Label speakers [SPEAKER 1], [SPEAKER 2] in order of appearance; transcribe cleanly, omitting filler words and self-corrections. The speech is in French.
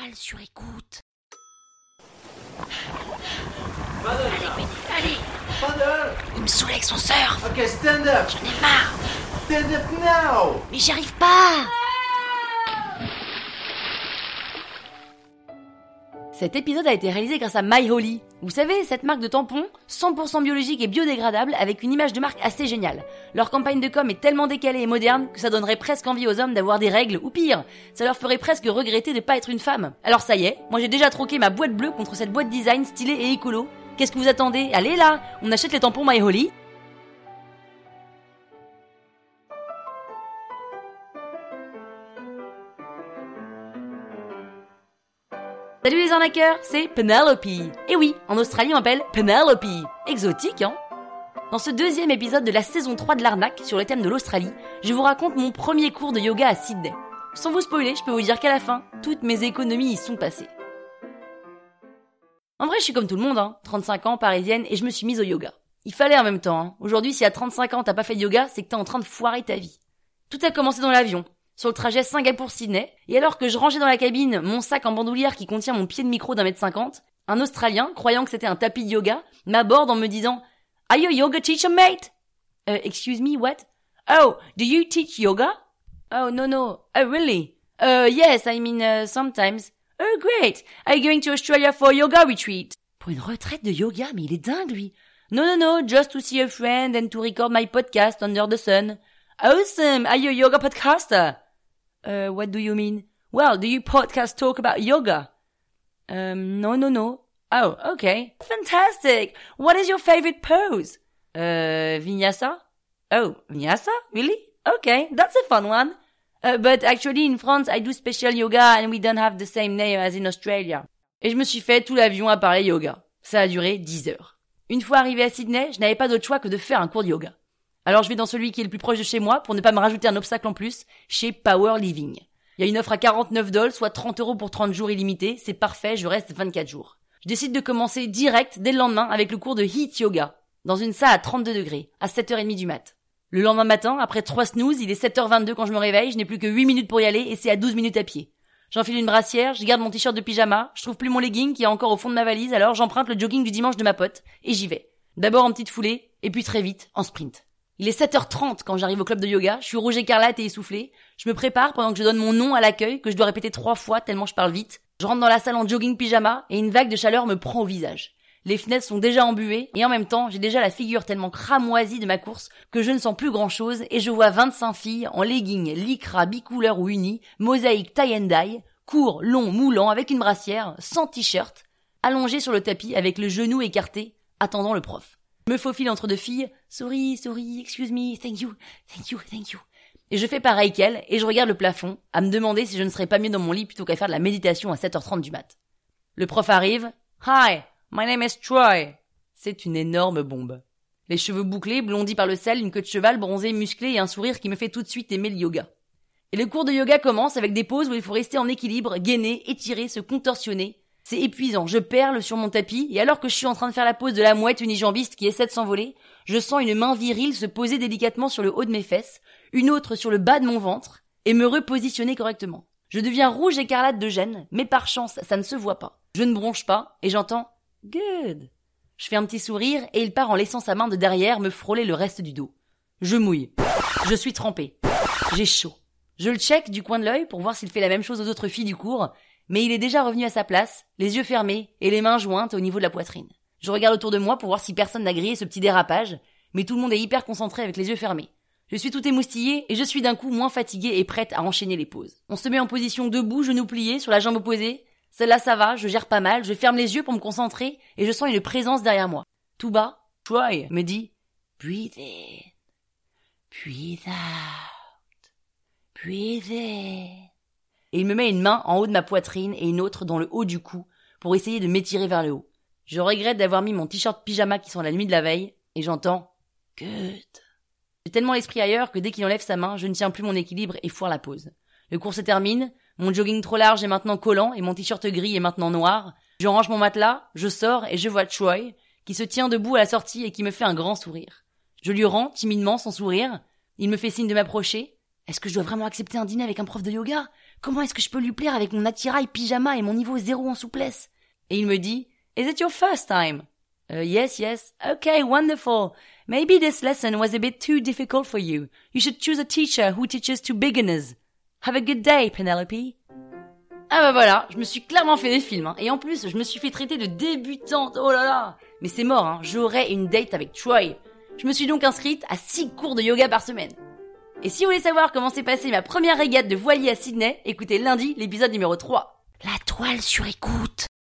[SPEAKER 1] Pascal sur écoute.
[SPEAKER 2] Allez,
[SPEAKER 1] Allez, il me saoule avec son surf.
[SPEAKER 2] Ok, stand up.
[SPEAKER 1] J'en ai marre.
[SPEAKER 2] Stand up now.
[SPEAKER 1] Mais j'y arrive pas.
[SPEAKER 3] Cet épisode a été réalisé grâce à My Holly. Vous savez, cette marque de tampons 100% biologique et biodégradable avec une image de marque assez géniale. Leur campagne de com est tellement décalée et moderne que ça donnerait presque envie aux hommes d'avoir des règles, ou pire, ça leur ferait presque regretter de pas être une femme. Alors ça y est, moi j'ai déjà troqué ma boîte bleue contre cette boîte design stylée et écolo. Qu'est-ce que vous attendez? Allez là, on achète les tampons My Holly. Salut les arnaqueurs, c'est Penelope. Et oui, en Australie on m'appelle Penelope. Exotique, hein? Dans ce deuxième épisode de la saison 3 de l'arnaque sur le thème de l'Australie, je vous raconte mon premier cours de yoga à Sydney. Sans vous spoiler, je peux vous dire qu'à la fin, toutes mes économies y sont passées. En vrai, je suis comme tout le monde, hein, 35 ans, parisienne, et je me suis mise au yoga. Il fallait en même temps, hein. Aujourd'hui, si à 35 ans t'as pas fait de yoga, c'est que t'es en train de foirer ta vie. Tout a commencé dans l'avion. Sur le trajet Singapour-Sydney, et alors que je rangeais dans la cabine mon sac en bandoulière qui contient mon pied de micro d'1m50, un Australien, croyant que c'était un tapis de yoga, m'aborde en me disant « Are you a yoga teacher, mate? » Excuse me, what? Oh, do you teach yoga? Oh, no. Oh, really? Yes, I mean, sometimes. Oh, great. Are you going to Australia for a yoga retreat? Pour une retraite de yoga, mais il est dingue, lui. No, just to see a friend and to record my podcast under the sun. Awesome. Are you a yoga podcaster? What do you mean? Well, do you podcast talk about yoga? No. Oh, okay. Fantastic. What is your favorite pose? Vinyasa? Oh, Vinyasa? Really? Okay, that's a fun one. But actually in France, I do special yoga and we don't have the same name as in Australia. Et je me suis fait tout l'avion à parler yoga. Ça a duré 10 heures. Une fois arrivé à Sydney, je n'avais pas d'autre choix que de faire un cours de yoga. Alors je vais dans celui qui est le plus proche de chez moi pour ne pas me rajouter un obstacle en plus, chez Power Living. Il y a une offre à $49, soit 30 € pour 30 jours illimités, c'est parfait, je reste 24 jours. Je décide de commencer direct, dès le lendemain, avec le cours de Heat Yoga, dans une salle à 32 degrés, à 7h30 du mat. Le lendemain matin, après 3 snooze, il est 7h22 quand je me réveille, je n'ai plus que 8 minutes pour y aller et c'est à 12 minutes à pied. J'enfile une brassière, je garde mon t-shirt de pyjama, je trouve plus mon legging qui est encore au fond de ma valise, alors j'emprunte le jogging du dimanche de ma pote, et j'y vais. D'abord en petite foulée, et puis très vite, en sprint. Il est 7h30 quand j'arrive au club de yoga, je suis rouge écarlate et essoufflée. Je me prépare pendant que je donne mon nom à l'accueil, que je dois répéter 3 fois tellement je parle vite. Je rentre dans la salle en jogging pyjama et une vague de chaleur me prend au visage. Les fenêtres sont déjà embuées et en même temps, j'ai déjà la figure tellement cramoisie de ma course que je ne sens plus grand chose et je vois 25 filles en legging, lycra, bicouleur ou uni, mosaïque tie and dye, court, long, moulant avec une brassière, sans t-shirt, allongées sur le tapis avec le genou écarté, attendant le prof. Me faufile entre deux filles, sorry, excuse me, thank you. Et je fais pareil qu'elle, et je regarde le plafond, à me demander si je ne serais pas mieux dans mon lit plutôt qu'à faire de la méditation à 7h30 du mat. Le prof arrive, hi, my name is Troy. C'est une énorme bombe. Les cheveux bouclés, blondis par le sel, une queue de cheval bronzée, musclée et un sourire qui me fait tout de suite aimer le yoga. Et le cours de yoga commence avec des poses où il faut rester en équilibre, gainer, étirer, se contorsionner. C'est épuisant, je perle sur mon tapis, et alors que je suis en train de faire la pose de la mouette unijambiste qui essaie de s'envoler, je sens une main virile se poser délicatement sur le haut de mes fesses, une autre sur le bas de mon ventre, et me repositionner correctement. Je deviens rouge écarlate de gêne, mais par chance, ça ne se voit pas. Je ne bronche pas, et j'entends « Good ». Je fais un petit sourire, et il part en laissant sa main de derrière me frôler le reste du dos. Je mouille. Je suis trempée. J'ai chaud. Je le check du coin de l'œil pour voir s'il fait la même chose aux autres filles du cours, mais il est déjà revenu à sa place, les yeux fermés et les mains jointes au niveau de la poitrine. Je regarde autour de moi pour voir si personne n'a grillé ce petit dérapage, mais tout le monde est hyper concentré avec les yeux fermés. Je suis tout émoustillée et je suis d'un coup moins fatiguée et prête à enchaîner les pauses. On se met en position debout, genoux pliés, sur la jambe opposée. Celle-là ça va, je gère pas mal, je ferme les yeux pour me concentrer et je sens une présence derrière moi. Tout bas, Troy me dit « Breathe in, breathe out, breathe in ». Et il me met une main en haut de ma poitrine et une autre dans le haut du cou pour essayer de m'étirer vers le haut. Je regrette d'avoir mis mon t-shirt pyjama qui sent la nuit de la veille et j'entends « Good ». J'ai tellement l'esprit ailleurs que dès qu'il enlève sa main, je ne tiens plus mon équilibre et foire la pause. Le cours se termine, mon jogging trop large est maintenant collant et mon t-shirt gris est maintenant noir. Je range mon matelas, je sors et je vois Troy qui se tient debout à la sortie et qui me fait un grand sourire. Je lui rends timidement son sourire. Il me fait signe de m'approcher. Est-ce que je dois vraiment accepter un dîner avec un prof de yoga ? Comment est-ce que je peux lui plaire avec mon attirail pyjama et mon niveau 0 en souplesse? Et il me dit, Is it your first time? Yes. Okay, wonderful. Maybe this lesson was a bit too difficult for you. You should choose a teacher who teaches to beginners. Have a good day, Penelope. Ah bah voilà, je me suis clairement fait des films, hein. Et en plus, je me suis fait traiter de débutante, oh là là. Mais c'est mort, hein. J'aurai une date avec Troy. Je me suis donc inscrite à 6 cours de yoga par semaine. Et si vous voulez savoir comment s'est passée ma première régate de voilier à Sydney, écoutez lundi l'épisode numéro 3.
[SPEAKER 1] La toile sur écoute.